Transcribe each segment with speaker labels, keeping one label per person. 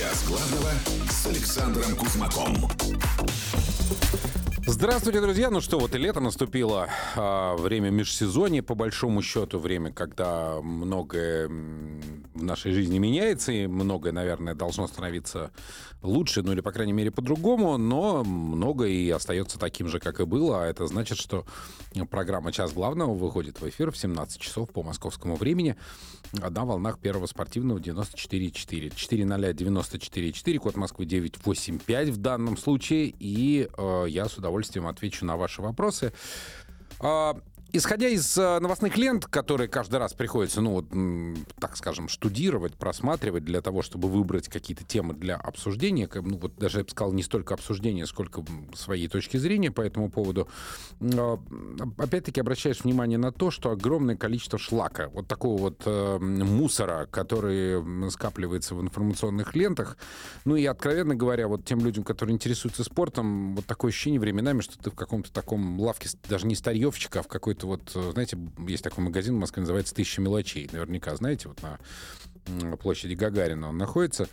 Speaker 1: Час главного с Александром Кузьмаком.
Speaker 2: Здравствуйте, друзья. Ну что, вот и лето наступило. Время межсезонья, по большому счету. Время, когда многое в нашей жизни меняется, и многое, наверное, должно становиться лучше, ну или, по крайней мере, по-другому, но многое и остается таким же, как и было. А это значит, что программа «Час главного» выходит в эфир в 17 часов по московскому времени на волнах Первого спортивного 94,4. 400-94,4, код Москвы 985 в данном случае. И я с удовольствием отвечу на ваши вопросы. Исходя из новостных лент, которые каждый раз приходится, так скажем, штудировать, просматривать для того, чтобы выбрать какие-то темы для обсуждения, даже я бы сказал, не столько обсуждения, сколько своей точки зрения по этому поводу, опять-таки обращаешь внимание на то, что огромное количество шлака, вот такого вот мусора, который скапливается в информационных лентах, и, откровенно говоря, вот тем людям, которые интересуются спортом, вот такое ощущение временами, что ты в каком-то таком лавке, даже не старьевщика, а в какой-то знаете, есть такой магазин в Москве, называется «1000 мелочей». Наверняка знаете, вот на площади Гагарина он находится.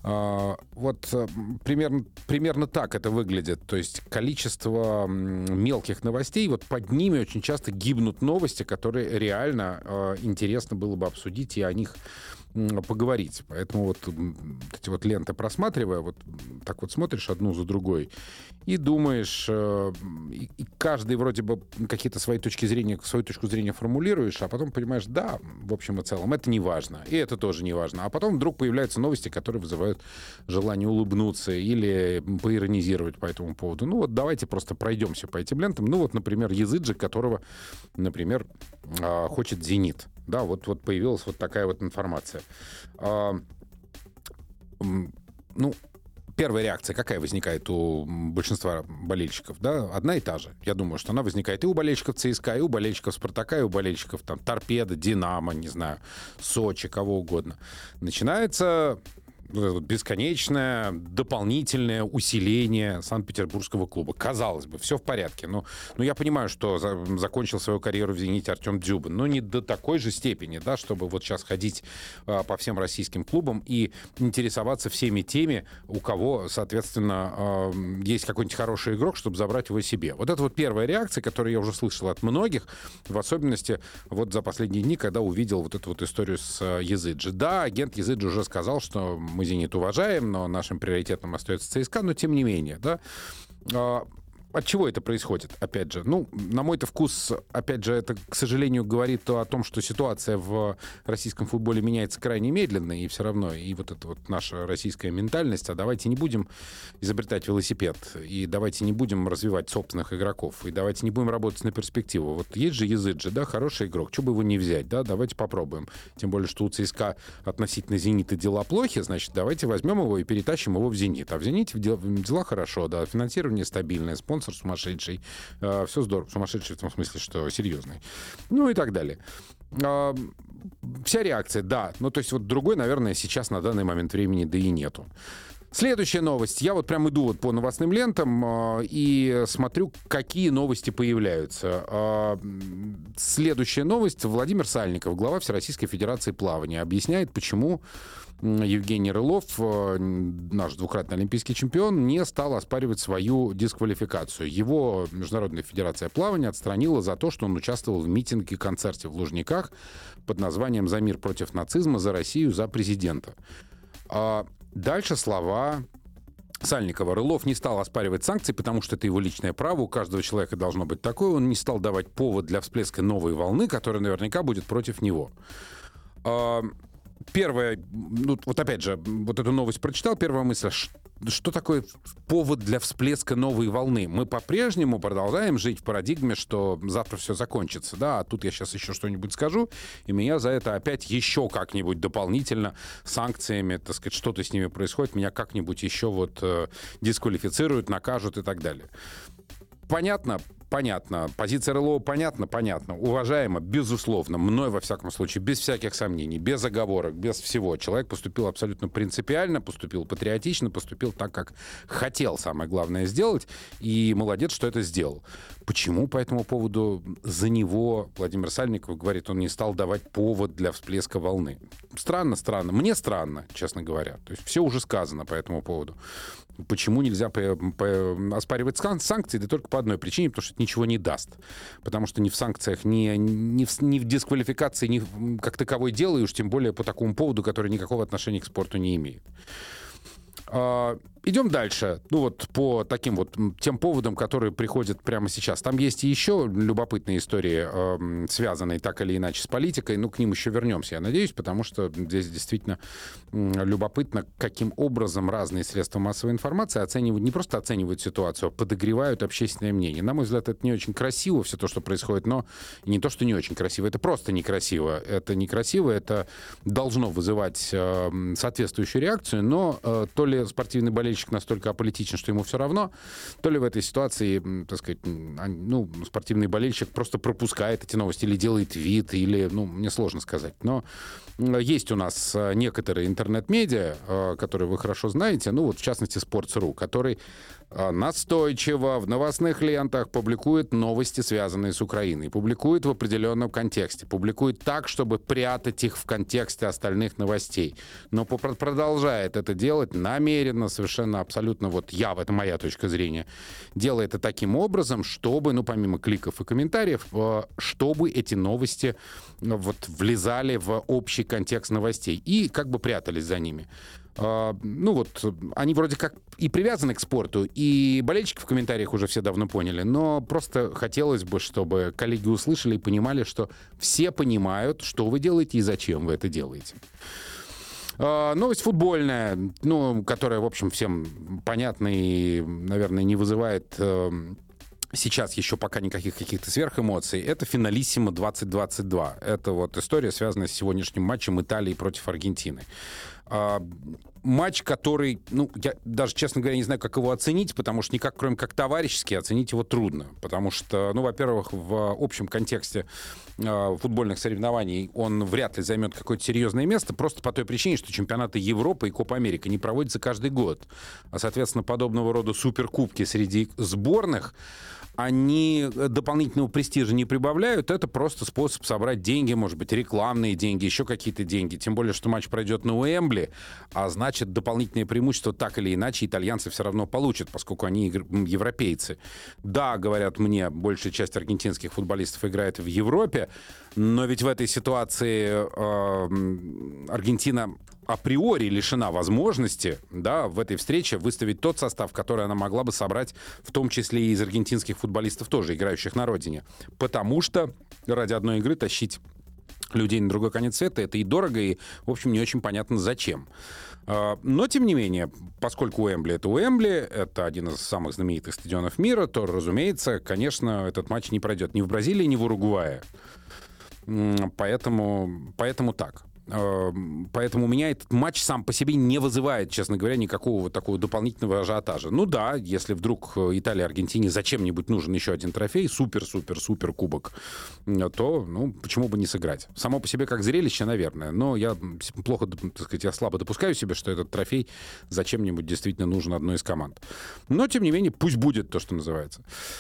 Speaker 2: Примерно так это выглядит. То есть количество мелких новостей, вот под ними очень часто гибнут новости, которые реально интересно было бы обсудить и о них поговорить. Поэтому вот эти вот ленты просматривая, вот так вот смотришь одну за другой и думаешь, и каждый вроде бы какие-то свою точку зрения формулируешь, а потом понимаешь, да, в общем и целом, это не важно, и это тоже не важно. А потом вдруг появляются новости, которые вызывают желание улыбнуться или поиронизировать по этому поводу. Давайте просто пройдемся по этим лентам. Например, Языджи, которого, например, хочет «Зенит». Да, вот появилась вот такая вот информация. Первая реакция какая возникает у большинства болельщиков? Да, одна и та же. Я думаю, что она возникает и у болельщиков ЦСКА, и у болельщиков Спартака, и у болельщиков Торпедо, Динамо, не знаю, Сочи, кого угодно. Начинается бесконечное дополнительное усиление Санкт-Петербургского клуба. Казалось бы, все в порядке. Но я понимаю, что закончил свою карьеру в «Зените» Артем Дзюбин, но не до такой же степени, да, чтобы вот сейчас ходить по всем российским клубам и интересоваться всеми теми, у кого, соответственно, есть какой-нибудь хороший игрок, чтобы забрать его себе. Вот это вот первая реакция, которую я уже слышал от многих, в особенности вот за последние дни, когда увидел вот эту вот историю с Языджи. Да, агент Языджи уже сказал, что мы «Зенит» уважаем, но нашим приоритетом остается ЦСКА, но тем не менее, да. От чего это происходит, опять же? На мой-то вкус, опять же, это, к сожалению, говорит о том, что ситуация в российском футболе меняется крайне медленно, и все равно, и вот эта вот наша российская ментальность, а давайте не будем изобретать велосипед, и давайте не будем развивать собственных игроков, и давайте не будем работать на перспективу. Вот есть же Языджи, да, хороший игрок, что бы его не взять, да, давайте попробуем. Тем более, что у ЦСКА относительно «Зенита» дела плохи, значит, давайте возьмем его и перетащим его в «Зенит». А в «Зените» дела хорошо, да, финансирование стабильное, спонсор сумасшедший, все здорово, сумасшедший в том смысле, что серьезный, и так далее. Вся реакция, да, то есть вот другой, наверное, сейчас на данный момент времени да и нету. Следующая новость. Я вот прям иду по новостным лентам и смотрю, какие новости появляются. Следующая новость. Владимир Сальников, глава Всероссийской Федерации плавания, объясняет, почему Евгений Рылов, наш двукратный олимпийский чемпион, не стал оспаривать свою дисквалификацию. Его Международная Федерация плавания отстранила за то, что он участвовал в митинге и концерте в Лужниках под названием «За мир против нацизма, за Россию, за президента». Дальше слова Сальникова. Рылов не стал оспаривать санкции, потому что это его личное право, у каждого человека должно быть такое. Он не стал давать повод для всплеска новой волны, которая наверняка будет против него. Первое, вот опять же, вот эту новость прочитал, первая мысль, что такое повод для всплеска новой волны? Мы по-прежнему продолжаем жить в парадигме, что завтра все закончится, да, а тут я сейчас еще что-нибудь скажу, и меня за это опять еще как-нибудь дополнительно санкциями, так сказать, что-то с ними происходит, меня как-нибудь еще дисквалифицируют, накажут и так далее. Понятно, понятно. Позиция РЛО понятна? Понятно. Уважаемо, безусловно. Мной, во всяком случае, без всяких сомнений, без оговорок, без всего. Человек поступил абсолютно принципиально, поступил патриотично, поступил так, как хотел, самое главное, сделать. И молодец, что это сделал. Почему по этому поводу за него Владимир Сальников говорит, он не стал давать повод для всплеска волны? Странно. Мне странно, честно говоря. То есть все уже сказано по этому поводу. Почему нельзя оспаривать санкции? Да только по одной причине, потому что это ничего не даст. Потому что ни в санкциях, ни в дисквалификации, ни как таковой дела, и уж тем более по такому поводу, который никакого отношения к спорту не имеет. Идем дальше. Ну вот по таким вот тем поводам, которые приходят прямо сейчас. Там есть и еще любопытные истории, связанные так или иначе с политикой. Ну, к ним еще вернемся, я надеюсь, потому что здесь действительно любопытно, каким образом разные средства массовой информации оценивают, не просто оценивают ситуацию, а подогревают общественное мнение. На мой взгляд, это не очень красиво, все то, что происходит, но не то, что не очень красиво, это просто некрасиво. Это некрасиво, это должно вызывать соответствующую реакцию, но то ли спортивный болельщик настолько аполитичен, что ему все равно, то ли в этой ситуации, так сказать, ну, спортивный болельщик просто пропускает эти новости или делает вид, или, ну, мне сложно сказать. Но есть у нас некоторые интернет-медиа, которые вы хорошо знаете, ну, вот в частности Sports.ru, который настойчиво в новостных лентах публикует новости, связанные с Украиной. Публикует в определенном контексте. Публикует так, чтобы прятать их в контексте остальных новостей. Но продолжает это делать намеренно, совершенно абсолютно, вот это моя точка зрения, делает это таким образом, чтобы, ну, помимо кликов и комментариев, чтобы эти новости вот влезали в общий контекст новостей и как бы прятались за ними. Ну вот, они вроде как и привязаны к спорту, и болельщики в комментариях уже все давно поняли, но просто хотелось бы, чтобы коллеги услышали и понимали, что все понимают, что вы делаете и зачем вы это делаете. Новость футбольная, ну, которая, в общем, всем понятна и, наверное, не вызывает сейчас еще пока никаких каких-то сверхэмоций. Это финалиссимо 2022. Это вот история, связанная с сегодняшним матчем Италии против Аргентины. Матч, который, ну, я даже, честно говоря, не знаю, как его оценить, потому что никак, кроме как товарищески, оценить его трудно. Потому что, ну, во-первых, в общем контексте футбольных соревнований он вряд ли займет какое-то серьезное место, просто по той причине, что чемпионаты Европы и Копа Америка не проводятся каждый год. А, соответственно, подобного рода суперкубки среди сборных, они дополнительного престижа не прибавляют. Это просто способ собрать деньги, может быть, рекламные деньги, еще какие-то деньги. Тем более, что матч пройдет на Уэмбли, а значит, дополнительное преимущество так или иначе итальянцы все равно получат, поскольку они европейцы. Да, говорят мне, большая часть аргентинских футболистов играет в Европе, но ведь в этой ситуации Аргентина априори лишена возможности, да, в этой встрече выставить тот состав, который она могла бы собрать, в том числе и из аргентинских футболистов, тоже играющих на родине. Потому что ради одной игры тащить людей на другой конец света — это и дорого, и, в общем, не очень понятно, зачем. Но, тем не менее, поскольку Уэмбли — это один из самых знаменитых стадионов мира, то, разумеется, конечно, этот матч не пройдет ни в Бразилии, ни в Уругвае. Поэтому так. Поэтому у меня этот матч сам по себе не вызывает, честно говоря, никакого вот такого дополнительного ажиотажа. Ну да, если вдруг Италии, Аргентине зачем-нибудь нужен еще один трофей, супер кубок, то, ну, почему бы не сыграть? Само по себе как зрелище, наверное, но я плохо, так сказать, я слабо допускаю себе, что этот трофей зачем-нибудь действительно нужен одной из команд. Но, тем не менее, пусть будет то, что называется.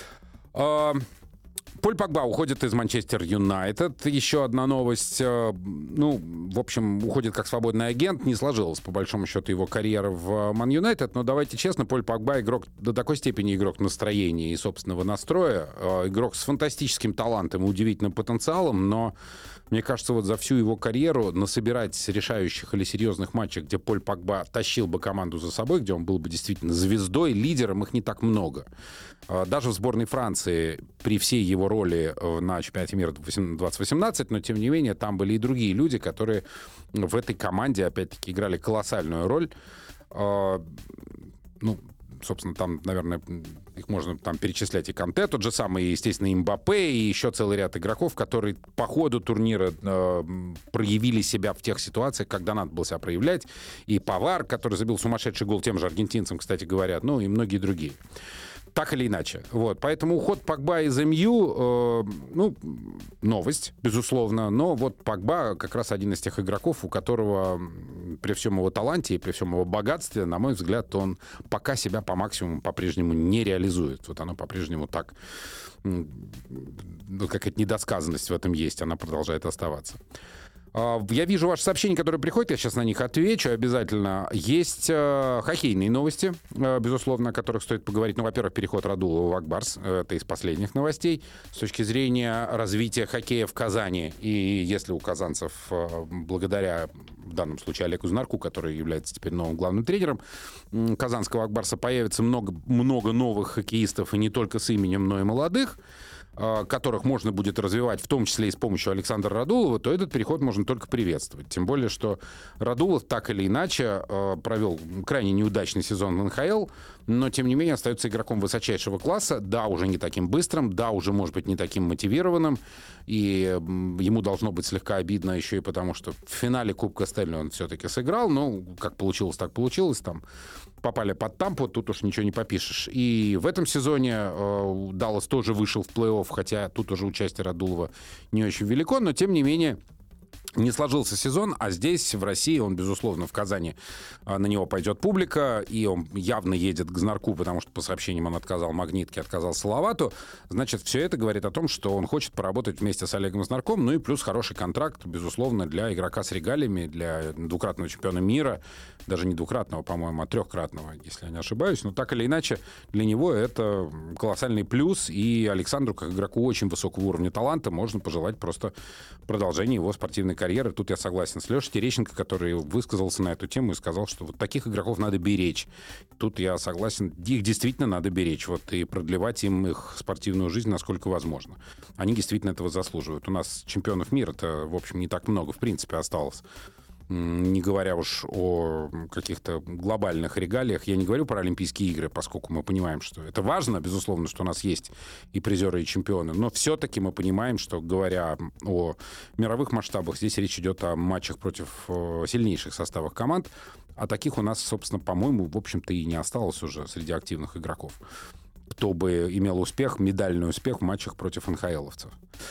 Speaker 2: Поль Погба уходит из Манчестер Юнайтед. Еще одна новость. Ну, в общем, уходит как свободный агент. Не сложилась, по большому счету, его карьера в Ман Юнайтед. Но давайте честно, Поль Погба игрок до такой степени игрок настроения и собственного настроя. Игрок с фантастическим талантом и удивительным потенциалом. Но мне кажется, вот за всю его карьеру насобирать решающих или серьезных матчей, где Поль Погба тащил бы команду за собой, где он был бы действительно звездой, лидером, их не так много. Даже в сборной Франции, при всей его роли на чемпионате мира 2018, но, тем не менее, там были и другие люди, которые в этой команде, опять-таки, играли колоссальную роль. Ну, собственно, там, наверное, их можно там перечислять и Канте, тот же самый, естественно, и Мбаппе, и еще целый ряд игроков, которые по ходу турнира проявили себя в тех ситуациях, когда надо было себя проявлять. И Павар, который забил сумасшедший гол тем же аргентинцам, кстати говоря, ну и многие другие. Так или иначе. Вот. Поэтому уход Погба из МЮ, новость, безусловно. Но вот Погба как раз один из тех игроков, у которого при всем его таланте и при всем его богатстве, на мой взгляд, он пока себя по максимуму по-прежнему не реализует. Вот оно по-прежнему так... какая-то недосказанность в этом есть. Она продолжает оставаться. Я вижу ваши сообщения, которые приходят, я сейчас на них отвечу обязательно. Есть хоккейные новости, безусловно, о которых стоит поговорить. Ну, во-первых, переход Радулова в Акбарс, это из последних новостей. С точки зрения развития хоккея в Казани, и если у казанцев, благодаря, в данном случае, Олегу Знарку, который является теперь новым главным тренером казанского Акбарса, появится много новых хоккеистов, и не только с именем, но и молодых, которых можно будет развивать, в том числе и с помощью Александра Радулова, то этот переход можно только приветствовать. Тем более, что Радулов так или иначе провел крайне неудачный сезон в НХЛ, но, тем не менее, остается игроком высочайшего класса. Да, уже не таким быстрым, да, уже, может быть, не таким мотивированным. И ему должно быть слегка обидно еще и потому, что в финале Кубка Стэнли он все-таки сыграл. Ну, как получилось, так получилось. Там попали под Тампу, тут уж ничего не попишешь. И в этом сезоне Даллас тоже вышел в плей-офф, хотя тут уже участие Радулова не очень велико, но, тем не менее, не сложился сезон, а здесь, в России, он, безусловно, в Казани, на него пойдет публика, и он явно едет к Знарку, потому что, по сообщениям, он отказал Магнитке, отказал Салавату. Значит, все это говорит о том, что он хочет поработать вместе с Олегом Знарком, ну и плюс хороший контракт, безусловно, для игрока с регалиями, для двукратного чемпиона мира, даже не двукратного, по-моему, а трехкратного, если я не ошибаюсь. Но так или иначе, для него это колоссальный плюс, и Александру, как игроку очень высокого уровня таланта, можно пожелать просто продолжения его спортивной карьеры. Тут я согласен с Лешей Терещенко, который высказался на эту тему и сказал, что вот таких игроков надо беречь. Тут я согласен, их действительно надо беречь, вот, и продлевать им их спортивную жизнь насколько возможно. Они действительно этого заслуживают. У нас чемпионов мира-то, в общем, не так много, в принципе, осталось. Не говоря уж о каких-то глобальных регалиях. Я не говорю про Олимпийские игры, поскольку мы понимаем, что это важно, безусловно, что у нас есть и призеры, и чемпионы. Но все-таки мы понимаем, что, говоря о мировых масштабах, здесь речь идет о матчах против сильнейших составов команд. А таких у нас, собственно, по-моему, в общем-то, и не осталось уже среди активных игроков, кто бы имел успех, медальный успех в матчах против НХЛовцев.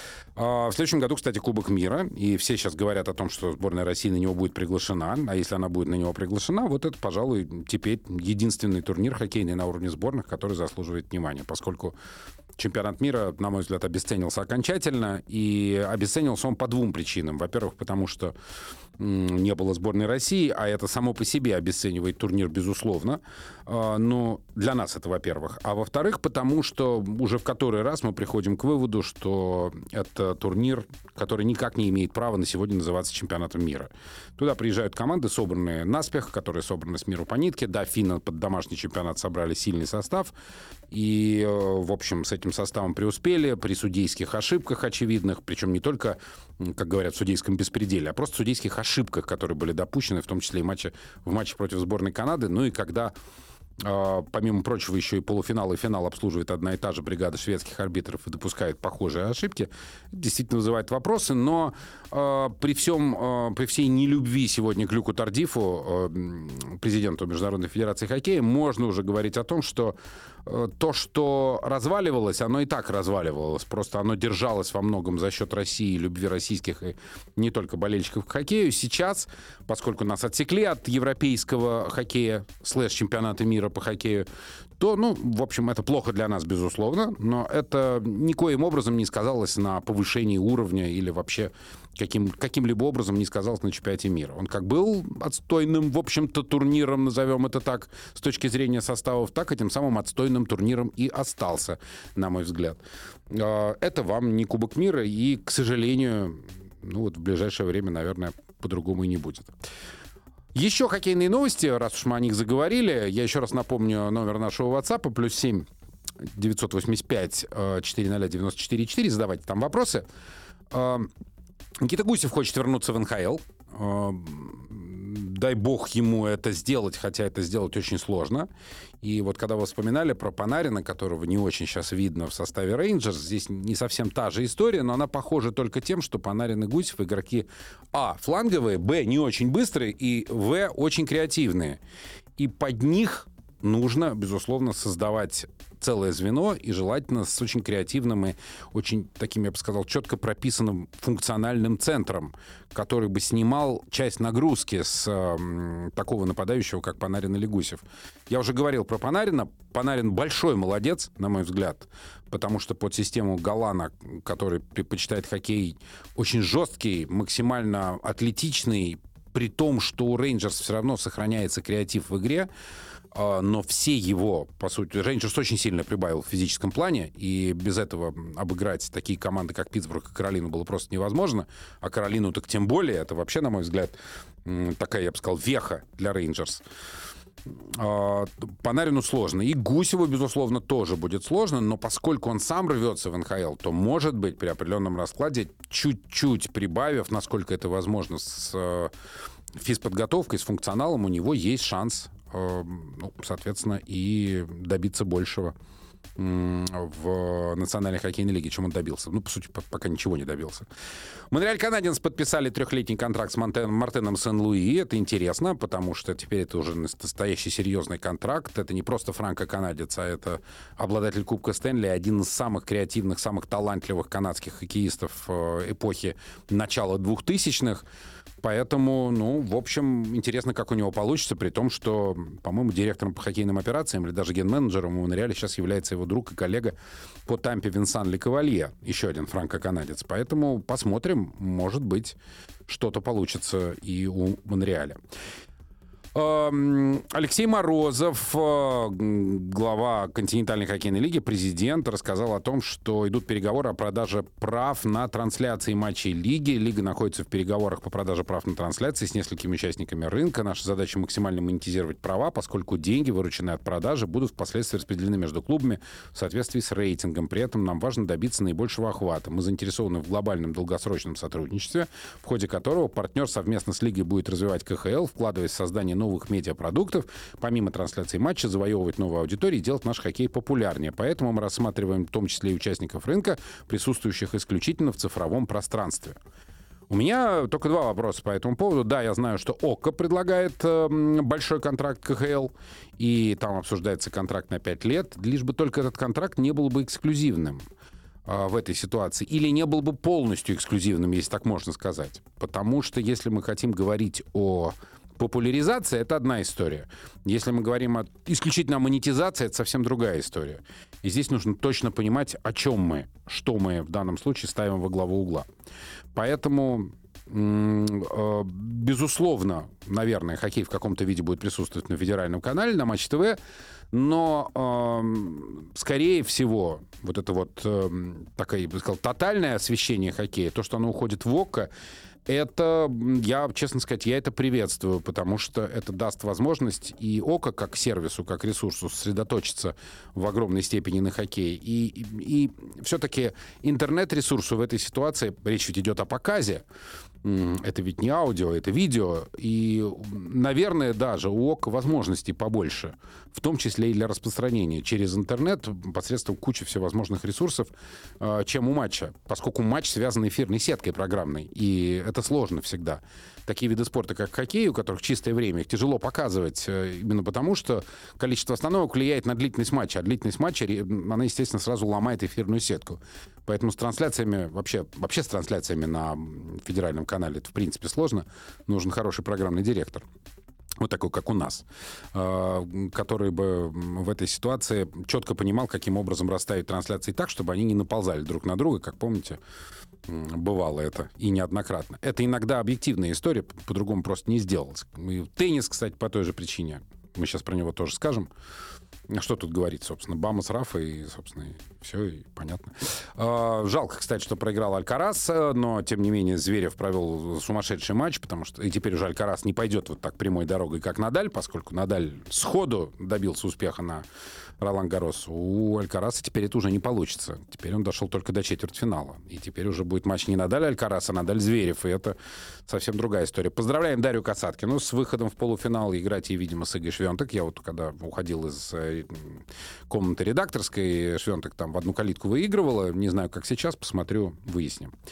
Speaker 2: В следующем году, кстати, Кубок мира, и все сейчас говорят о том, что сборная России на него будет приглашена, а если она будет на него приглашена, вот это, пожалуй, теперь единственный турнир хоккейный на уровне сборных, который заслуживает внимания, поскольку чемпионат мира, на мой взгляд, обесценился окончательно, и обесценился он по двум причинам. Во-первых, потому что не было сборной России, а это само по себе обесценивает турнир, безусловно. Но для нас это, во-первых. А во-вторых, потому что уже в который раз мы приходим к выводу, что это турнир, который никак не имеет права на сегодня называться чемпионатом мира. Туда приезжают команды, собранные наспех, которые собраны с миру по нитке. Да, финны под домашний чемпионат собрали сильный состав. И, в общем, с этим составом преуспели при судейских ошибках очевидных, причем не только, как говорят, в судейском беспределе, а просто в судейских ошибках, которые были допущены, в том числе и в матче против сборной Канады. Ну и когда, помимо прочего, еще и полуфинал и финал обслуживает одна и та же бригада шведских арбитров и допускает похожие ошибки, действительно вызывает вопросы. Но при всей нелюбви сегодня к Люку Тардифу, президенту Международной Федерации Хоккея, можно уже говорить о том, что то, что разваливалось, оно и так разваливалось. Просто оно держалось во многом за счет России, любви российских и не только болельщиков к хоккею. Сейчас, поскольку нас отсекли от европейского хоккея /чемпионата мира по хоккею, то, в общем, это плохо для нас, безусловно, но это никоим образом не сказалось на повышении уровня или вообще каким-либо образом не сказалось на чемпионате мира. Он как был отстойным, в общем-то, турниром, назовем это так, с точки зрения составов, так этим самым отстойным турниром и остался, на мой взгляд. Это вам не Кубок мира, и, к сожалению, в ближайшее время, наверное, по-другому и не будет. Еще хоккейные новости, раз уж мы о них заговорили. Я еще раз напомню номер нашего WhatsApp, +7 985 400 94 4. Задавайте там вопросы. Никита Гусев хочет вернуться в НХЛ. Дай бог ему это сделать, хотя это сделать очень сложно. И вот когда вы вспоминали про Панарина, которого не очень сейчас видно в составе Рейнджерс, здесь не совсем та же история, но она похожа только тем, что Панарин и Гусев игроки фланговые, не очень быстрые, и очень креативные. И под них нужно, безусловно, создавать целое звено, и желательно с очень креативным и очень таким, я бы сказал, четко прописанным функциональным центром, который бы снимал часть нагрузки с такого нападающего, как Панарин или Гусев. Я уже говорил про Панарина. Панарин большой молодец, на мой взгляд, потому что под систему Галана, который предпочитает хоккей, очень жесткий, максимально атлетичный, при том, что у Рейнджерс все равно сохраняется креатив в игре, но все его, по сути, Рейнджерс очень сильно прибавил в физическом плане, и без этого обыграть такие команды, как Питтсбург и Каролину, было просто невозможно, а Каролину так тем более, это вообще, на мой взгляд, такая, я бы сказал, веха для Рейнджерс. Панарину сложно. И Гусеву, безусловно, тоже будет сложно, но поскольку он сам рвется в НХЛ, то, может быть, при определенном раскладе, чуть-чуть прибавив, насколько это возможно, с физподготовкой, с функционалом, у него есть шанс, соответственно, и добиться большего в Национальной хоккейной лиге, чем он добился. По сути, пока ничего не добился. Монреаль Канадиенс подписали 3-летний контракт с Мартеном Сен-Луи. Это интересно, потому что теперь это уже настоящий серьезный контракт. Это не просто франко-канадец, а это обладатель Кубка Стэнли, один из самых креативных, самых талантливых канадских хоккеистов эпохи начала 2000-х. Поэтому, в общем, интересно, как у него получится, при том, что, по-моему, директором по хоккейным операциям или даже ген-менеджером у Монреаля сейчас является его друг и коллега по Тампе Винсан Лекавалье, еще один франко-канадец. Поэтому посмотрим, может быть, что-то получится и у Монреаля. Алексей Морозов, глава континентальной хоккейной лиги, президент, рассказал о том, что идут переговоры о продаже прав на трансляции матчей лиги. Лига находится в переговорах по продаже прав на трансляции с несколькими участниками рынка. Наша задача максимально монетизировать права, поскольку деньги, вырученные от продажи, будут впоследствии распределены между клубами в соответствии с рейтингом. При этом нам важно добиться наибольшего охвата. Мы заинтересованы в глобальном долгосрочном сотрудничестве, в ходе которого партнер совместно с лигой будет развивать КХЛ, вкладываясь в создание новых медиапродуктов, помимо трансляции матча, завоевывать новую аудиторию и делать наш хоккей популярнее. Поэтому мы рассматриваем в том числе и участников рынка, присутствующих исключительно в цифровом пространстве. У меня только два вопроса по этому поводу. Да, я знаю, что ОККО предлагает большой контракт КХЛ, и там обсуждается контракт на 5 лет, лишь бы только этот контракт не был бы эксклюзивным в этой ситуации, или не был бы полностью эксклюзивным, если так можно сказать. Потому что если мы хотим говорить о популяризации, это одна история. Если мы говорим исключительно о монетизации, это совсем другая история. И здесь нужно точно понимать, о чем мы, что мы в данном случае ставим во главу угла. Поэтому, безусловно, наверное, хоккей в каком-то виде будет присутствовать на федеральном канале, на Матч ТВ, но, скорее всего, вот это вот такое, я бы сказал, тотальное освещение хоккея, то, что оно уходит в ОККО, это, я, честно сказать, я это приветствую, потому что это даст возможность и ОККО как сервису, как ресурсу сосредоточиться в огромной степени на хоккее. И все-таки интернет-ресурсу в этой ситуации, речь ведь идет о показе, это ведь не аудио, это видео, и, наверное, даже у ОККО возможностей побольше, в том числе и для распространения через интернет посредством кучи всевозможных ресурсов, чем у матча, поскольку матч связан эфирной сеткой программной, и это сложно всегда. Такие виды спорта, как хоккей, у которых чистое время, их тяжело показывать, именно потому, что количество остановок влияет на длительность матча, а длительность матча, она, естественно, сразу ломает эфирную сетку. Поэтому с трансляциями, вообще с трансляциями на федеральном канале это, в принципе, сложно. Нужен хороший программный директор. Вот такой, как у нас, который бы в этой ситуации четко понимал, каким образом расставить трансляции так, чтобы они не наползали друг на друга, как помните, бывало это и неоднократно. Это иногда объективная история, по-другому просто не сделалось. И теннис, кстати, по той же причине. Мы сейчас про него тоже скажем. Что тут говорить, собственно? Бамос, Рафа и, собственно, и все, и понятно. Жалко, кстати, что проиграл Алькарас, но, тем не менее, Зверев провел сумасшедший матч, потому что и теперь уже Алькарас не пойдет вот так прямой дорогой, как Надаль, поскольку Надаль сходу добился успеха на Ролан-Гаррос. У Алькараса теперь это уже не получится. Теперь он дошел только до четвертьфинала. И теперь уже будет матч не Надаль-Алькарас, а Надаль-Зверев. И это совсем другая история. Поздравляем Дарью Касаткину с выходом в полуфинал. Играть ей, видимо, с Игой Швентек. Я вот когда уходил из комнаты редакторской, Швентек там в одну калитку выигрывала. Не знаю, как сейчас. Посмотрю, выясним.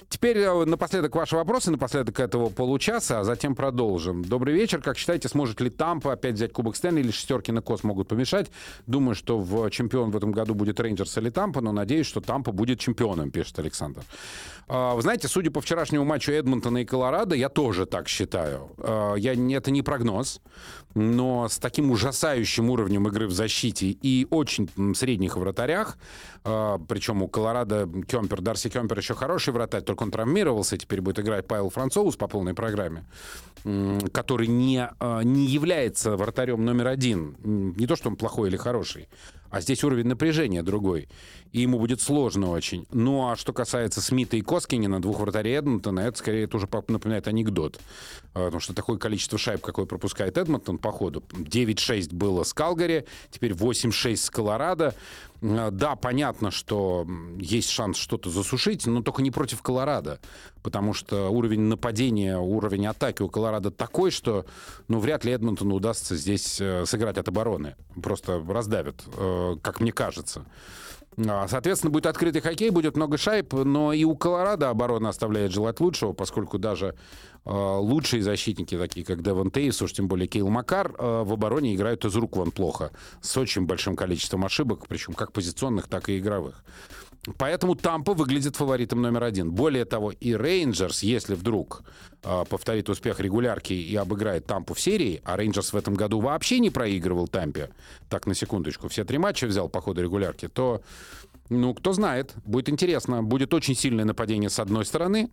Speaker 2: Теперь напоследок ваши вопросы, напоследок этого получаса, а затем продолжим. Добрый вечер. Как считаете, сможет ли Тампа опять взять Кубок Стэнли или шестерки на КОС могут помешать? Думаю, что чемпион в этом году будет Рейнджерс или Тампа, но надеюсь, что Тампа будет чемпионом, пишет Александр. Вы знаете, судя по вчерашнему матчу Эдмонтона и Колорадо, я тоже так считаю. Это не прогноз, но с таким ужасающим уровнем игры в защите и очень средних вратарях, причем у Колорадо Дарси Кемпер еще хороший вратарь, только он травмировался, теперь будет играть Павел Францоус по полной программе, который не является вратарем номер один. Не то, что он плохой или хороший, а здесь уровень напряжения другой. И ему будет сложно очень. Ну, а что касается Смита и Коскинена, двух вратарей Эдмонтона, это скорее тоже напоминает анекдот. Потому что такое количество шайб, какое пропускает Эдмонтон по ходу. 9-6 было с Калгари, теперь 8-6 с Колорадо. Да, понятно, что есть шанс что-то засушить, но только не против Колорадо. Потому что уровень нападения, уровень атаки у Колорадо такой, что вряд ли Эдмонтону удастся здесь сыграть от обороны. Просто раздавят, как мне кажется. Соответственно, будет открытый хоккей, будет много шайб, но и у Колорадо оборона оставляет желать лучшего, поскольку даже лучшие защитники, такие как Девон Тейвс, уж тем более Кейл Макар, в обороне играют из рук вон плохо, с очень большим количеством ошибок, причем как позиционных, так и игровых. Поэтому Тампа выглядит фаворитом номер один. Более того, и Рейнджерс, если вдруг повторит успех регулярки и обыграет Тампу в серии, а Рейнджерс в этом году вообще не проигрывал Тампе, так, на секундочку, все 3 матча взял по ходу регулярки, то, кто знает, будет интересно. Будет очень сильное нападение с одной стороны,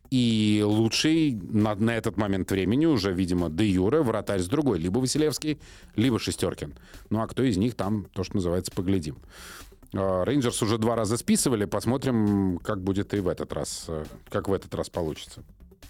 Speaker 2: и лучший на этот момент времени уже, видимо, де юре вратарь с другой. Либо Василевский, либо Шестеркин. А кто из них там, то, что называется, поглядим. Рейнджерс уже 2 раза списывали. Посмотрим, как будет и в этот раз. Как в этот раз получится.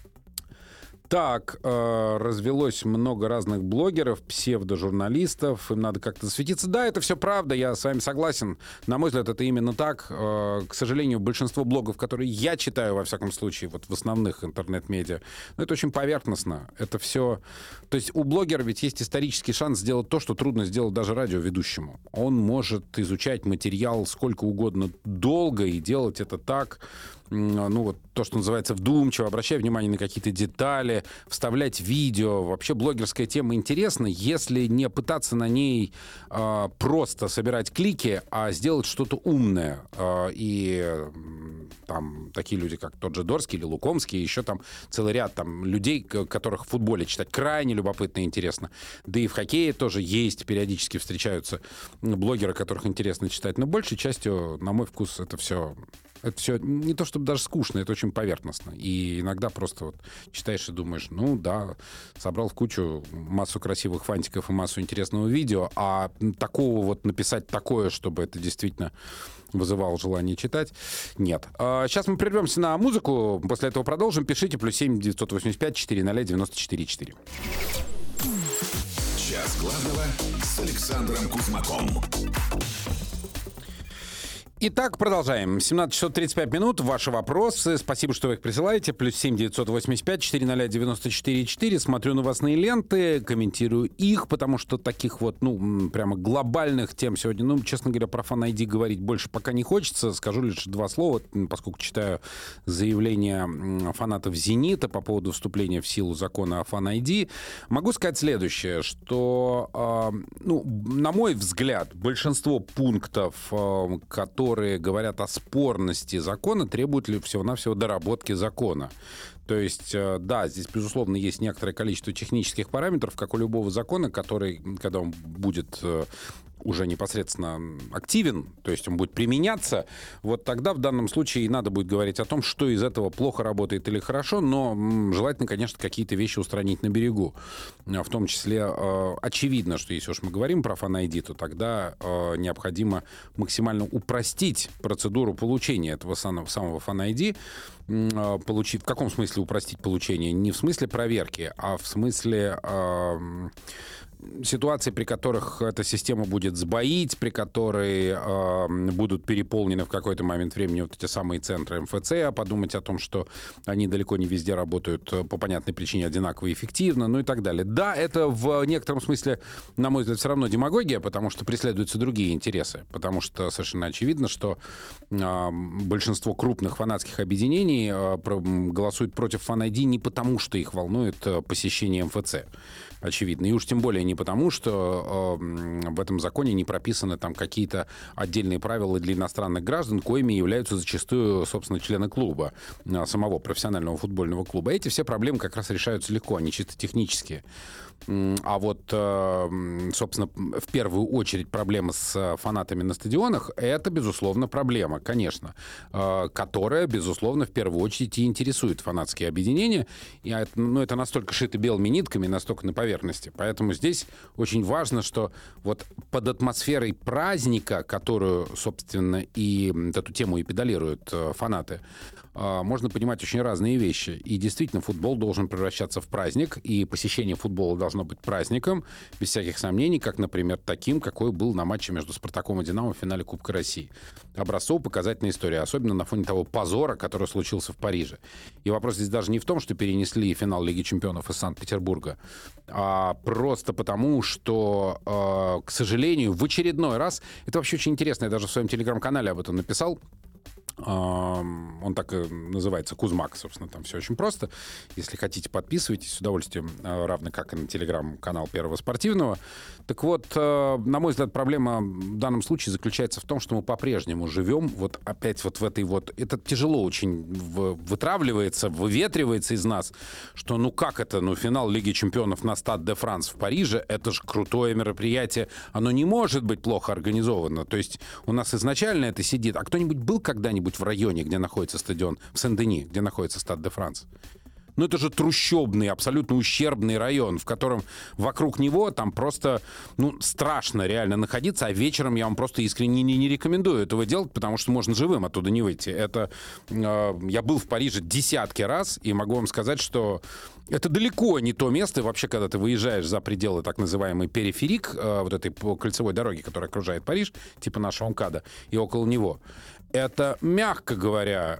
Speaker 2: Так, развелось много разных блогеров, псевдожурналистов, им надо как-то засветиться. Да, это все правда, я с вами согласен. На мой взгляд, это именно так. К сожалению, большинство блогов, которые я читаю, во всяком случае, вот в основных интернет-медиа, это очень поверхностно. Это все... То есть у блогера ведь есть исторический шанс сделать то, что трудно сделать даже радиоведущему. Он может изучать материал сколько угодно долго и делать это так... то, что называется, вдумчиво, обращая внимание на какие-то детали, вставлять видео. Вообще блогерская тема интересна, если не пытаться на ней просто собирать клики, а сделать что-то умное. И там такие люди, как тот же Дорский или Лукомский, еще там целый ряд людей, которых в футболе читать крайне любопытно и интересно. Да и в хоккее тоже есть, периодически встречаются блогеры, которых интересно читать. Но большей частью, на мой вкус, это все не то чтобы даже скучно, это очень поверхностно. И иногда просто читаешь и думаешь, да, собрал в кучу массу красивых фантиков и массу интересного видео, а такого написать такое, чтобы это действительно вызывало желание читать, нет. Сейчас мы прервемся на музыку, после этого продолжим. Пишите +7 985 400 94 4.
Speaker 1: Час главного с Александром Кузмаком.
Speaker 2: Итак, продолжаем. 17 часов 35 минут. Ваши вопросы. Спасибо, что вы их присылаете. +7 985 400 94 4. Смотрю новостные ленты, комментирую их, потому что таких прямо глобальных тем сегодня, честно говоря, про Fan ID говорить больше пока не хочется. Скажу лишь 2 слова, поскольку читаю заявления фанатов «Зенита» по поводу вступления в силу закона о Fan ID. Могу сказать следующее, что, на мой взгляд, большинство пунктов, которые говорят о спорности закона, требуют ли всего-навсего доработки закона. То есть, да, здесь, безусловно, есть некоторое количество технических параметров, как у любого закона, который, когда он будет уже непосредственно активен, то есть он будет применяться, тогда в данном случае и надо будет говорить о том, что из этого плохо работает или хорошо, но желательно, конечно, какие-то вещи устранить на берегу. В том числе очевидно, что если уж мы говорим про Fan ID, то тогда необходимо максимально упростить процедуру получения этого самого Fan ID. В каком смысле упростить получение? Не в смысле проверки, а в смысле ситуации, при которых эта система будет сбоить, при которой будут переполнены в какой-то момент времени вот эти самые центры МФЦ, а подумать о том, что они далеко не везде работают по понятной причине одинаково эффективно, ну и так далее. Да, это в некотором смысле, на мой взгляд, все равно демагогия, потому что преследуются другие интересы, потому что совершенно очевидно, что большинство крупных фанатских объединений голосуют против Fan-ID не потому, что их волнует посещение МФЦ, очевидно. И уж тем более не потому, что в этом законе не прописаны там какие-то отдельные правила для иностранных граждан, коими являются зачастую, собственно, члены клуба, самого профессионального футбольного клуба. Эти все проблемы как раз решаются легко, они чисто технические. А вот, собственно, в первую очередь проблема с фанатами на стадионах — это, безусловно, проблема, конечно, которая, безусловно, в первую очередь и интересует фанатские объединения. И это настолько шито белыми нитками, настолько на поверхности. Поэтому здесь очень важно, что вот под атмосферой праздника, которую, собственно, и эту тему и педалируют фанаты, можно понимать очень разные вещи. И действительно, футбол должен превращаться в праздник, и посещение футбола должно быть праздником, без всяких сомнений, как, например, таким, какой был на матче между «Спартаком» и «Динамо» в финале Кубка России. Образцово-показательная история, особенно на фоне того позора, который случился в Париже. И вопрос здесь даже не в том, что перенесли финал Лиги чемпионов из Санкт-Петербурга, а просто потому, что, к сожалению, в очередной раз, это вообще очень интересно, я даже в своем телеграм-канале об этом написал, он так и называется, Кузмак, собственно, там все очень просто. Если хотите, подписывайтесь с удовольствием, равно как и на телеграм-канал Первого спортивного. Так вот, на мой взгляд, проблема в данном случае заключается в том, что мы по-прежнему живем вот опять вот в этой вот... Это тяжело очень вытравливается, выветривается из нас, что ну как это, ну финал Лиги чемпионов на Стад де Франс в Париже, это же крутое мероприятие, оно не может быть плохо организовано. То есть у нас изначально это сидит. А кто-нибудь был когда-нибудь в районе, где находится стадион, в Сен-Дени, где находится Стад де Франс? Ну, это же трущобный, абсолютно ущербный район, в котором вокруг него там просто, ну, страшно реально находиться, а вечером я вам просто искренне не рекомендую этого делать, потому что можно живым оттуда не выйти. Это... я был в Париже десятки раз, и могу вам сказать, что это далеко не то место, вообще, когда ты выезжаешь за пределы так называемый периферик, вот этой кольцевой дороги, которая окружает Париж, типа нашего МКАДа, и около него. Это, мягко говоря,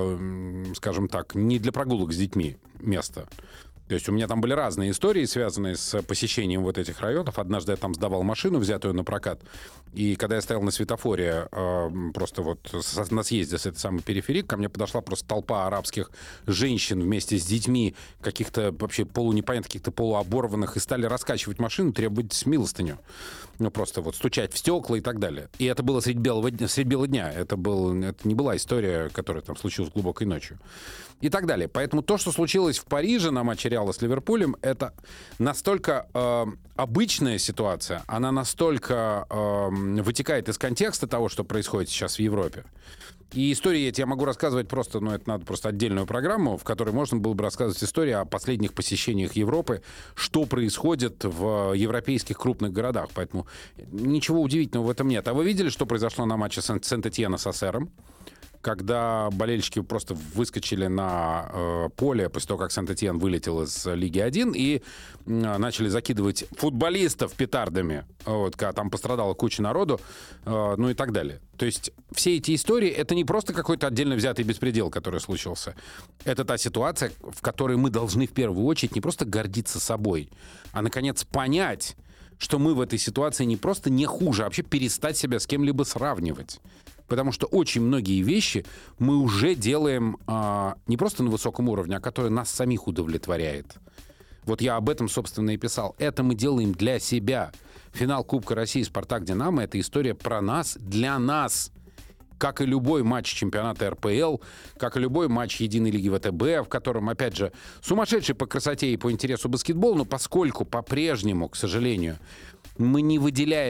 Speaker 2: скажем так, не для прогулок с детьми место. То есть у меня там были разные истории, связанные с посещением вот этих районов. Однажды я там сдавал машину, взятую на прокат. И когда я стоял на светофоре, просто вот на съезде с этой самой периферии, ко мне подошла просто толпа арабских женщин вместе с детьми, каких-то вообще непонятных, каких-то полуоборванных, и стали раскачивать машину, требовать милостыню. Ну, просто вот стучать в стекла и так далее. И это было средь бела дня. Это не была история, которая там случилась глубокой ночью. И так далее. Поэтому то, что случилось в Париже на матче Реала с Ливерпулем, это настолько обычная ситуация, она настолько вытекает из контекста того, что происходит сейчас в Европе. И истории эти я могу рассказывать просто, ну, это надо просто отдельную программу, в которой можно было бы рассказывать истории о последних посещениях Европы, что происходит в европейских крупных городах. Поэтому ничего удивительного в этом нет. А вы видели, что произошло на матче Сент-Этьена с Ассером? Когда болельщики просто выскочили на поле после того, как Сент-Этьен вылетел из Лиги 1 и начали закидывать футболистов петардами, вот, когда там пострадала куча народу, ну и так далее. То есть все эти истории — это не просто какой-то отдельно взятый беспредел, который случился. Это та ситуация, в которой мы должны в первую очередь не просто гордиться собой, а, наконец, понять, что мы в этой ситуации не просто не хуже, а вообще перестать себя с кем-либо сравнивать. Потому что очень многие вещи мы уже делаем не просто на высоком уровне, а которые нас самих удовлетворяет. Вот я об этом, собственно, и писал. Это мы делаем для себя. Финал Кубка России «Спартак-Динамо» — это история про нас, для нас. Как и любой матч чемпионата РПЛ, как и любой матч Единой лиги ВТБ, в котором, опять же, сумасшедший по красоте и по интересу баскетбол, но поскольку по-прежнему, к сожалению, мы не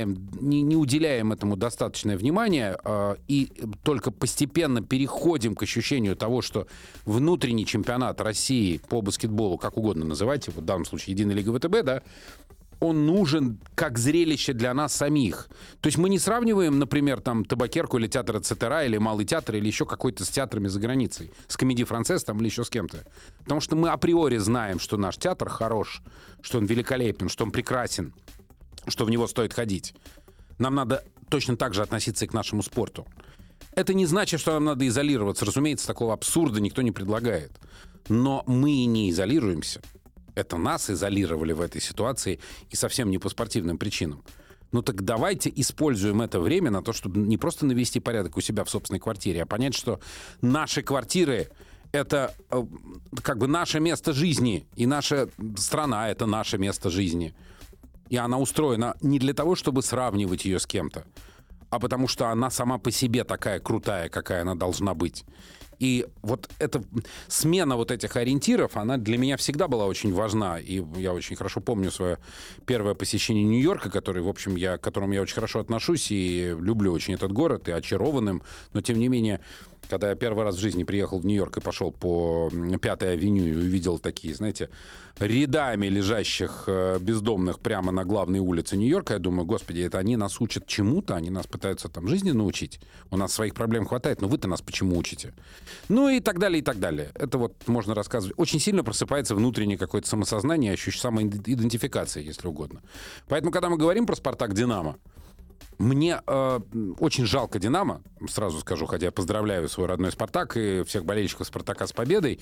Speaker 2: уделяем этому достаточное внимание и только постепенно переходим к ощущению того, что внутренний чемпионат России по баскетболу, как угодно называйте, вот в данном случае Единая лига ВТБ, да, он нужен как зрелище для нас самих. То есть мы не сравниваем, например, там Табакерку или театр ЭЦТРА, или Малый театр, или еще какой-то с театрами за границей, с Комедий Францесс там или еще с кем-то. Потому что мы априори знаем, что наш театр хорош, что он великолепен, что он прекрасен. что в него стоит ходить. Нам надо точно так же относиться и к нашему спорту. Это не значит, что нам надо изолироваться. Разумеется, такого абсурда никто не предлагает. Но мы и не изолируемся. Это нас изолировали в этой ситуации и совсем не по спортивным причинам. Ну так давайте используем это время на то, чтобы не просто навести порядок у себя в собственной квартире, а понять, что наши квартиры — это как бы наше место жизни, и наша страна — это наше место жизни. И она устроена не для того, чтобы сравнивать ее с кем-то, а потому что она сама по себе такая крутая, какая она должна быть. И вот эта смена вот этих ориентиров, она для меня всегда была очень важна. И я очень хорошо помню свое первое посещение Нью-Йорка, который, в общем, к которому я очень хорошо отношусь и люблю очень этот город, и очарованным. Но, тем не менее, когда я первый раз в жизни приехал в Нью-Йорк и пошел по 5-й авеню и увидел такие, знаете, рядами лежащих бездомных прямо на главной улице Нью-Йорка, я думаю, господи, это они нас учат чему-то, они нас пытаются там жизни научить. У нас своих проблем хватает, но вы-то нас почему учите? Ну и так далее, и так далее. Это вот можно рассказывать. Очень сильно просыпается внутреннее какое-то самосознание, самоидентификация, если угодно. Поэтому, когда мы говорим про «Спартак-Динамо», мне очень жалко «Динамо», сразу скажу, хотя я поздравляю свой родной «Спартак» и всех болельщиков «Спартака» с победой,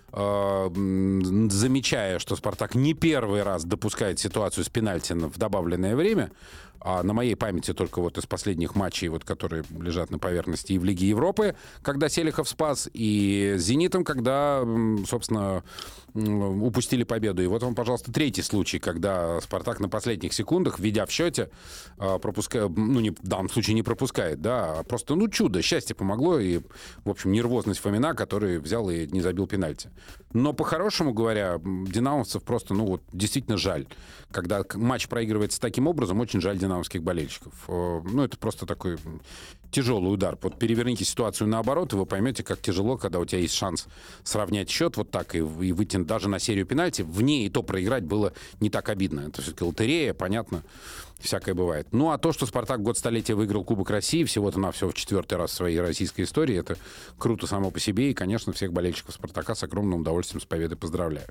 Speaker 2: замечая, что «Спартак» не первый раз допускает ситуацию с пенальти в добавленное время, а на моей памяти только вот из последних матчей, вот, которые лежат на поверхности и в Лиге Европы, когда Селихов спас, и с «Зенитом», когда, собственно, упустили победу. И вот вам, пожалуйста, третий случай, когда «Спартак» на последних секундах, введя в счете, пропускает, ну, в данном случае не пропускает, да, а просто, ну, чудо, счастье помогло, и, в общем, нервозность Фомина, который взял и не забил пенальти. Но, по-хорошему говоря, динамовцев просто, ну, вот, действительно жаль. Когда матч проигрывается таким образом, очень жаль динамовских болельщиков. Ну, это просто такой тяжелый удар. Вот переверните ситуацию наоборот, и вы поймете, как тяжело, когда у тебя есть шанс сравнять счет вот так и выйти даже на серию пенальти. В ней и то проиграть было не так обидно. Это все-таки лотерея, понятно, всякое бывает. Ну, а то, что «Спартак» в год столетия выиграл Кубок России, всего-то навсего в 4-й раз в своей российской истории, это круто само по себе. И, конечно, всех болельщиков «Спартака» с огромным удовольствием с победой поздравляю.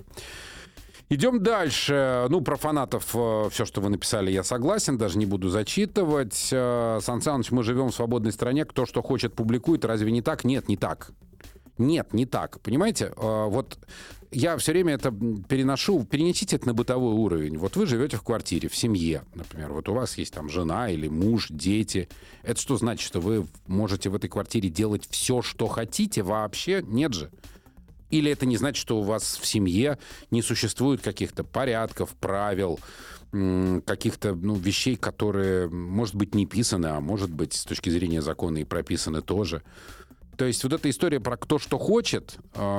Speaker 2: Идем дальше. Ну, про фанатов все, что вы написали, я согласен, даже не буду зачитывать. Сан Саныч, мы живем в свободной стране, кто что хочет публикует. Разве не так? Нет, не так. Нет, не так. Понимаете? Вот я все время это переношу. Перенесите это на бытовой уровень. Вот вы живете в квартире, в семье, например. Вот у вас есть там жена или муж, дети. Это что значит, что вы можете в этой квартире делать все, что хотите? Вообще нет же. Или это не значит, что у вас в семье не существует каких-то порядков, правил, каких-то вещей, которые, может быть, не писаны, а может быть, с точки зрения закона и прописаны тоже. То есть вот эта история про кто что хочет,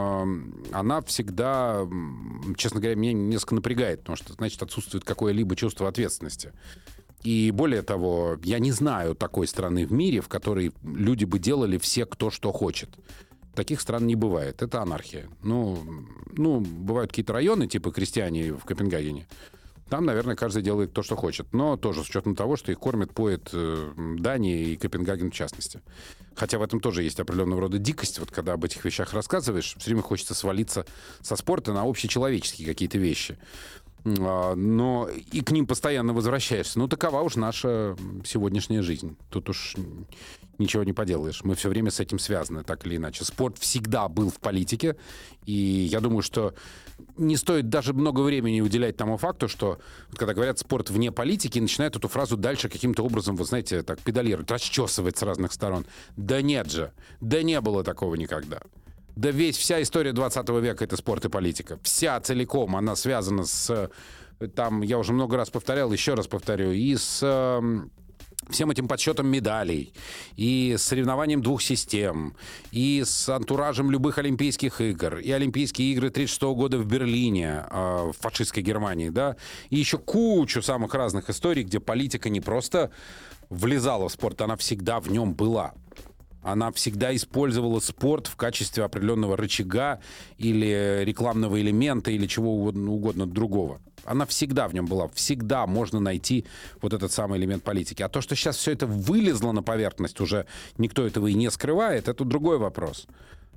Speaker 2: она всегда, честно говоря, меня несколько напрягает, потому что, значит, отсутствует какое-либо чувство ответственности. И более того, я не знаю такой страны в мире, в которой люди бы делали все кто что хочет. Таких стран не бывает. Это анархия. Ну, бывают какие-то районы, типа крестьяне в Копенгагене. Там, наверное, каждый делает то, что хочет. Но тоже с учетом того, что их кормят, поет Дания и Копенгаген в частности. Хотя в этом тоже есть определенного рода дикость. Вот когда об этих вещах рассказываешь, все время хочется свалиться со спорта на общечеловеческие какие-то вещи. Но и к ним постоянно возвращаешься. Ну, такова уж наша сегодняшняя жизнь. Тут уж ничего не поделаешь. Мы все время с этим связаны, так или иначе. Спорт всегда был в политике, и я думаю, что не стоит даже много времени уделять тому факту, что, когда говорят «спорт вне политики», начинают эту фразу дальше каким-то образом, вы знаете, так педалировать, расчесывать с разных сторон. Да нет же, да не было такого никогда. Да вся история 20 века — это спорт и политика. Вся целиком она связана с... Там, я уже много раз повторял, еще раз повторю, и с... всем этим подсчетом медалей, и с соревнованием двух систем, и с антуражем любых Олимпийских игр, и Олимпийские игры 1936 года в Берлине, в фашистской Германии, да, и еще кучу самых разных историй, где политика не просто влезала в спорт, она всегда в нем была. Она всегда использовала спорт в качестве определенного рычага или рекламного элемента, или чего угодно другого. Она всегда в нем была. Всегда можно найти вот этот самый элемент политики. А то, что сейчас все это вылезло на поверхность, уже никто этого и не скрывает, это другой вопрос.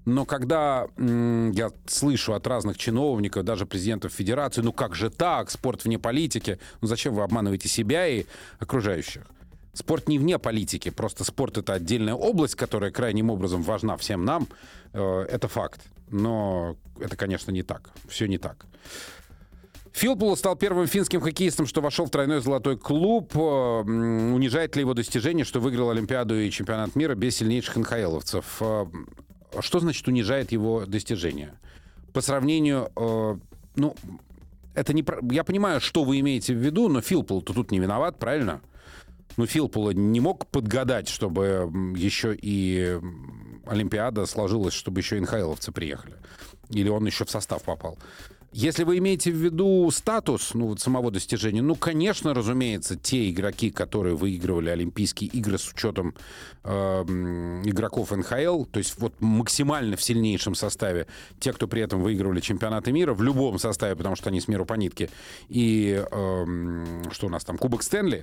Speaker 2: Но когда я слышу от разных чиновников, даже президентов федерации, ну как же так, спорт вне политики, ну зачем вы обманываете себя и окружающих? Спорт не вне политики, просто спорт — это отдельная область, которая крайним образом важна всем нам, это факт. Но это, конечно, не так, все не так. Филппулу стал первым финским хоккеистом, что вошел в тройной золотой клуб. Унижает ли его достижение, что выиграл Олимпиаду и чемпионат мира без сильнейших НХЛовцев? Что значит унижает его достижение? По сравнению... это не... Я понимаю, что вы имеете в виду, но Филппул-то тут не виноват, правильно? Ну, Филппул не мог подгадать, чтобы еще и Олимпиада сложилась, чтобы еще и НХЛовцы приехали. Или он еще в состав попал. Если вы имеете в виду статус, самого достижения, конечно, разумеется, те игроки, которые выигрывали Олимпийские игры с учетом игроков НХЛ, то есть вот максимально в сильнейшем составе, те, кто при этом выигрывали чемпионаты мира, в любом составе, потому что они с миру по нитке, и что у нас там, Кубок Стэнли,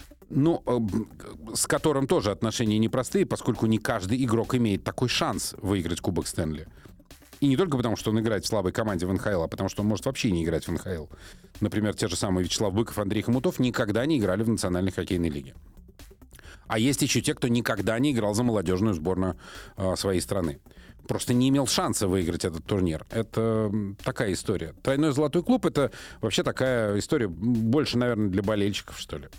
Speaker 2: с которым тоже отношения непростые, поскольку не каждый игрок имеет такой шанс выиграть Кубок Стэнли. И не только потому, что он играет в слабой команде в НХЛ, а потому что он может вообще не играть в НХЛ. Например, те же самые Вячеслав Быков, Андрей Хомутов никогда не играли в Национальной хоккейной лиге. А есть еще те, кто никогда не играл за молодежную сборную своей страны. Просто не имел шанса выиграть этот турнир. Это такая история. Тройной золотой клуб — это вообще такая история больше, наверное, для болельщиков, что ли.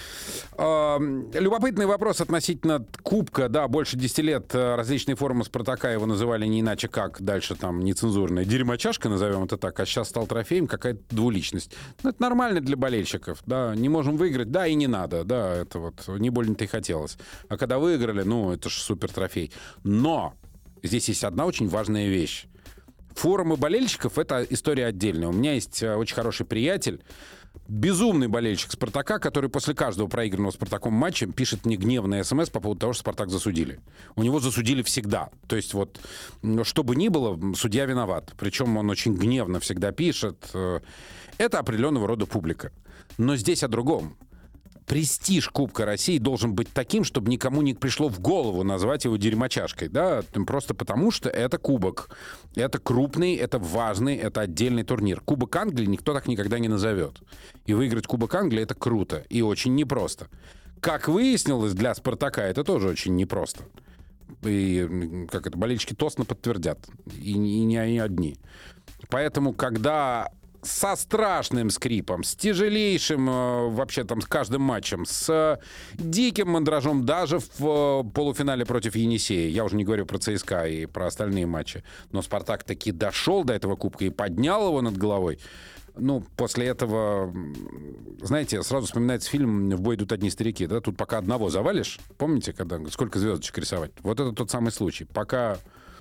Speaker 2: Любопытный вопрос относительно Кубка. Да, больше 10 лет различные форумы Спартака его называли не иначе как, дальше там нецензурная дерьмочашка, назовем это так, а сейчас стал трофеем, какая-то двуличность. Это нормально для болельщиков. Да, не можем выиграть, да, и не надо. Да, это вот не больно-то и хотелось. А когда выиграли, это же супер трофей. Но здесь есть одна очень важная вещь. Форумы болельщиков — это история отдельная. У меня есть очень хороший приятель, безумный болельщик Спартака, который после каждого проигранного Спартаком матча пишет мне гневный смс по поводу того, что Спартак засудили. У него засудили всегда. То есть вот, что бы ни было, судья виноват. Причем он очень гневно всегда пишет. Это определенного рода публика. Но здесь о другом. Престиж Кубка России должен быть таким, чтобы никому не пришло в голову назвать его дерьмочашкой, да, просто потому что это кубок, это крупный, это важный, это отдельный турнир. Кубок Англии никто так никогда не назовет. И выиграть Кубок Англии — это круто и очень непросто. Как выяснилось, для Спартака это тоже очень непросто. И болельщики тосно подтвердят, и не они одни. Поэтому, когда со страшным скрипом, с тяжелейшим вообще там с каждым матчем, с диким мандражом даже в полуфинале против Енисея. Я уже не говорю про ЦСКА и про остальные матчи. Но Спартак таки дошел до этого кубка и поднял его над головой. После этого, знаете, сразу вспоминается фильм «В бой идут одни старики». Да? Тут пока одного завалишь. Помните, сколько звездочек рисовать? Вот это тот самый случай. Пока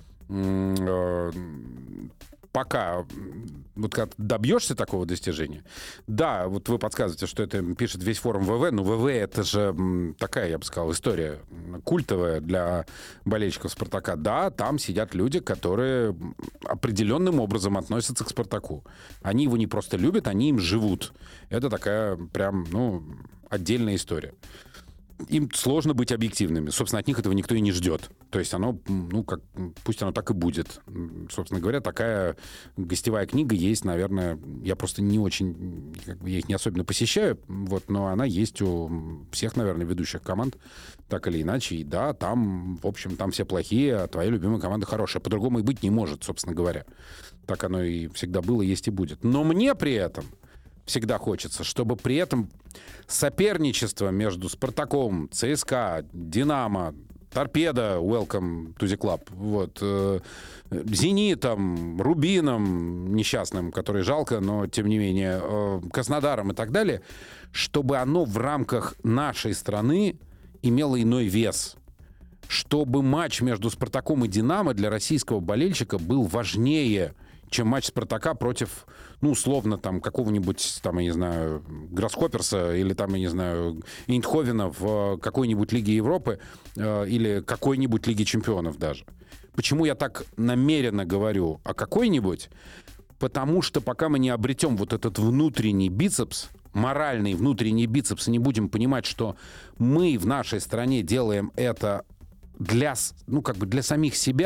Speaker 2: вот когда добьешься такого достижения, да, вот вы подсказываете, что это пишет весь форум ВВ, но ВВ — это же такая, я бы сказал, история культовая для болельщиков Спартака. Да, там сидят люди, которые определенным образом относятся к Спартаку. Они его не просто любят, они им живут. Это такая прям, отдельная история. Им сложно быть объективными. Собственно, от них этого никто и не ждет. То есть оно, пусть оно так и будет. Собственно говоря, такая гостевая книга есть, наверное, я просто не очень, я их не особенно посещаю, но она есть у всех, наверное, ведущих команд, так или иначе. И да, там, в общем, там все плохие, а твоя любимая команда хорошая. По-другому и быть не может, собственно говоря. Так оно и всегда было, есть и будет. Но мне при этом всегда хочется, чтобы при этом соперничество между Спартаком, ЦСКА, Динамо, Торпедо, welcome to the club, Зенитом, Рубином несчастным, который жалко, но тем не менее, Краснодаром и так далее, чтобы оно в рамках нашей страны имело иной вес. Чтобы матч между Спартаком и Динамо для российского болельщика был важнее, чем матч Спартака против, условно, там, какого-нибудь, там, я не знаю, Гроссхопперса или, там, я не знаю, Эйндховена в какой-нибудь Лиге Европы или какой-нибудь Лиге Чемпионов даже. Почему я так намеренно говорю о какой-нибудь? Потому что пока мы не обретем вот этот внутренний бицепс, моральный внутренний бицепс, и не будем понимать, что мы в нашей стране делаем это для самих себя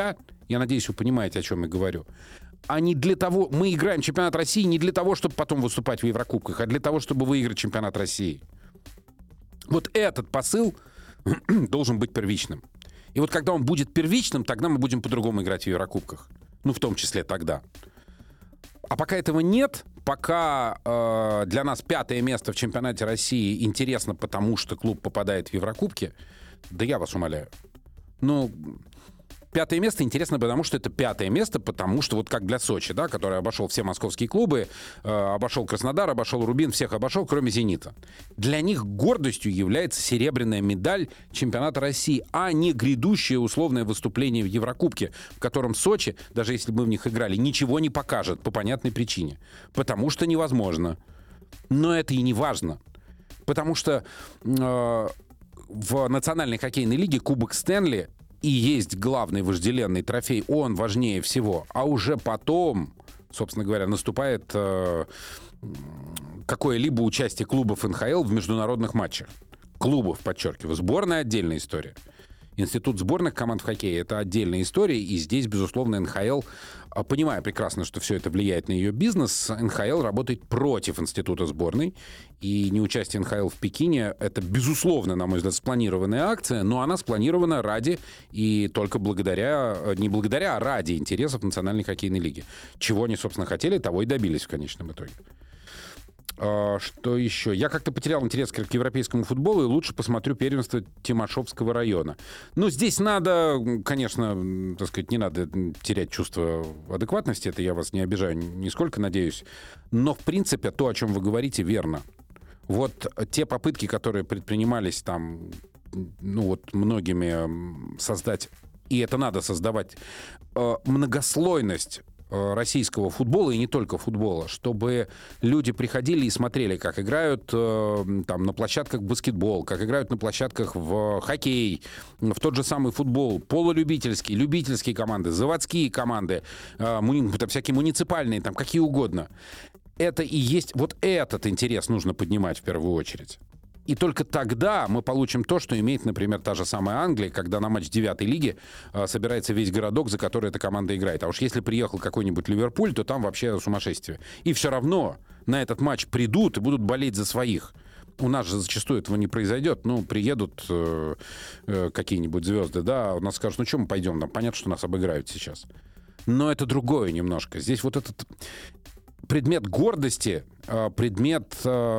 Speaker 2: я надеюсь, вы понимаете, о чем я говорю, а не для того... Мы играем чемпионат России не для того, чтобы потом выступать в Еврокубках, а для того, чтобы выиграть чемпионат России. Вот этот посыл должен быть первичным. И вот когда он будет первичным, тогда мы будем по-другому играть в Еврокубках. Ну, в том числе тогда. А пока этого нет, пока для нас 5-е место в чемпионате России интересно, потому что клуб попадает в Еврокубки, да я вас умоляю. Ну, 5-е место интересно, потому что это 5-е место, потому что вот как для Сочи, да, который обошел все московские клубы, обошел Краснодар, обошел Рубин, всех обошел, кроме «Зенита». Для них гордостью является серебряная медаль чемпионата России, а не грядущее условное выступление в Еврокубке, в котором Сочи, даже если бы мы в них играли, ничего не покажет по понятной причине. Потому что невозможно. Но это и не важно. Потому что в Национальной хоккейной лиге Кубок Стэнли и есть главный вожделенный трофей, он важнее всего. А уже потом, собственно говоря, наступает какое-либо участие клубов НХЛ в международных матчах. Клубов, подчеркиваю. Сборная — отдельная история. Институт сборных команд в хоккее — это отдельная история, и здесь, безусловно, НХЛ, понимая прекрасно, что все это влияет на ее бизнес, НХЛ работает против института сборной, и неучастие НХЛ в Пекине — это, безусловно, на мой взгляд, спланированная акция, но она спланирована ради и только благодаря, не благодаря, а ради интересов Национальной хоккейной лиги. Чего они, собственно, хотели, того и добились в конечном итоге. Что еще? Я как-то потерял интерес к европейскому футболу и лучше посмотрю первенство Тимашевского района. Ну, здесь надо, конечно, так сказать, не надо терять чувство адекватности, это я вас не обижаю нисколько, надеюсь. Но, в принципе, то, о чем вы говорите, верно. Вот те попытки, которые предпринимались там, ну вот многими создать, и это надо создавать, многослойность российского футбола, и не только футбола, чтобы люди приходили и смотрели, как играют там на площадках в баскетбол, как играют на площадках в хоккей, в тот же самый футбол, полулюбительские, любительские команды, заводские команды, всякие муниципальные, там какие угодно. Это и есть, вот этот интерес нужно поднимать в первую очередь. И только тогда мы получим то, что имеет, например, та же самая Англия, когда на матч 9-й лиги собирается весь городок, за который эта команда играет. А уж если приехал какой-нибудь Ливерпуль, то там вообще сумасшествие. И все равно на этот матч придут и будут болеть за своих. У нас же зачастую этого не произойдет. Ну, приедут какие-нибудь звезды, да, у нас скажут, ну, что мы пойдем? Нам понятно, что нас обыграют сейчас. Но это другое немножко. Здесь вот этот предмет гордости, предмет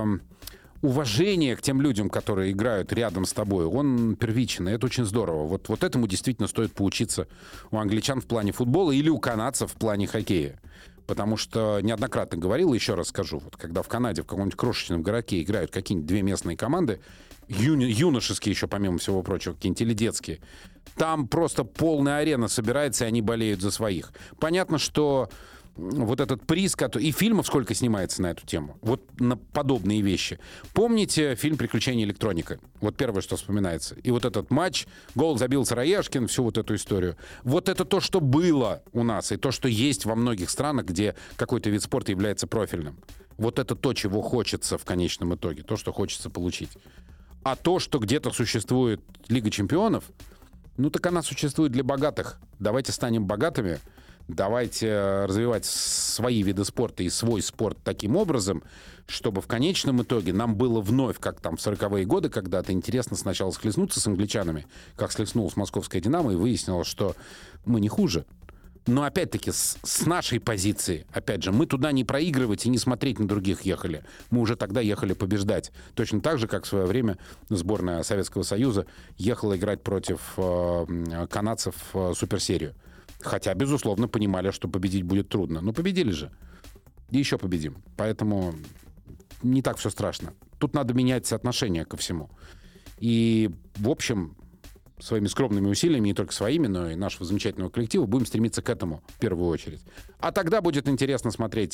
Speaker 2: уважение к тем людям, которые играют рядом с тобой, он первичен, и это очень здорово. Вот этому действительно стоит поучиться у англичан в плане футбола или у канадцев в плане хоккея. Потому что неоднократно говорил, еще раз скажу, вот когда в Канаде в каком-нибудь крошечном городке играют какие-нибудь две местные команды, юношеские еще, помимо всего прочего, какие-нибудь или детские, там просто полная арена собирается, и они болеют за своих. Понятно, что вот этот приз, и фильмов сколько снимается на эту тему, вот на подобные вещи. Помните фильм «Приключения электроника»? Вот первое, что вспоминается. И вот этот матч, гол забил Сыроежкин, всю вот эту историю. Вот это то, что было у нас, и то, что есть во многих странах, где какой-то вид спорта является профильным. Вот это то, чего хочется в конечном итоге, то, что хочется получить. А то, что где-то существует Лига чемпионов, ну так она существует для богатых. Давайте станем богатыми. Давайте развивать свои виды спорта и свой спорт таким образом, чтобы в конечном итоге нам было вновь, как там в 40-е годы когда-то, интересно сначала схлестнуться с англичанами, как схлестнулась московская «Динамо», и выяснилось, что мы не хуже. Но опять-таки с нашей позиции, опять же, мы туда не проигрывать и не смотреть на других ехали. Мы уже тогда ехали побеждать. Точно так же, как в свое время сборная Советского Союза ехала играть против канадцев суперсерию. Хотя, безусловно, понимали, что победить будет трудно. Но победили же. И еще победим. Поэтому не так все страшно. Тут надо менять отношение ко всему. И, в общем, своими скромными усилиями, не только своими, но и нашего замечательного коллектива, будем стремиться к этому в первую очередь. А тогда будет интересно смотреть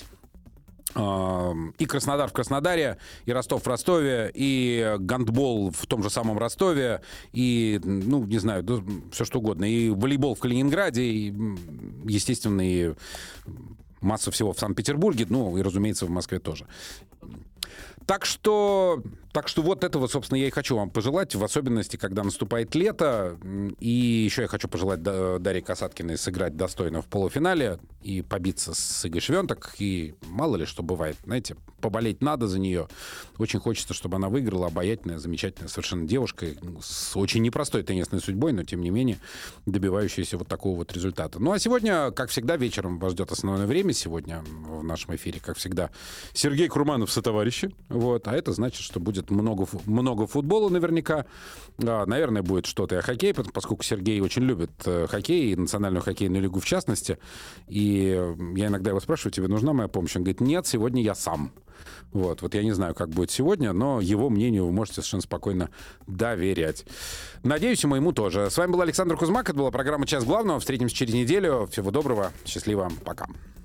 Speaker 2: и Краснодар в Краснодаре, и Ростов в Ростове, и гандбол в том же самом Ростове, и, ну, не знаю, все что угодно, и волейбол в Калининграде, и, естественно, и масса всего в Санкт-Петербурге, ну, и, разумеется, в Москве тоже. Так что Так что вот этого, собственно, я и хочу вам пожелать, в особенности, когда наступает лето. И еще я хочу пожелать Дарье Касаткиной сыграть достойно в полуфинале и побиться с Игой Швенток. И мало ли что бывает, знаете, поболеть надо за нее. Очень хочется, чтобы она выиграла. Обаятельная, замечательная совершенно девушка с очень непростой теннисной судьбой, но, тем не менее, добивающаяся вот такого вот результата. Ну, а сегодня, как всегда, вечером вас ждет основное время. Сегодня в нашем эфире, как всегда, Сергей Курманов сотоварищи. Вот. А это значит, что будет много футбола наверняка. Наверное, будет что-то и о хоккее, поскольку Сергей очень любит хоккей, и национальную хоккейную лигу в частности. И я иногда его спрашиваю, тебе нужна моя помощь? Он говорит, нет, сегодня я сам. Вот я не знаю, как будет сегодня, но его мнению вы можете совершенно спокойно доверять. Надеюсь, и моему тоже. С вами был Александр Кузьмак. Это была программа «Час главного». Встретимся через неделю. Всего доброго. Счастливо. Пока.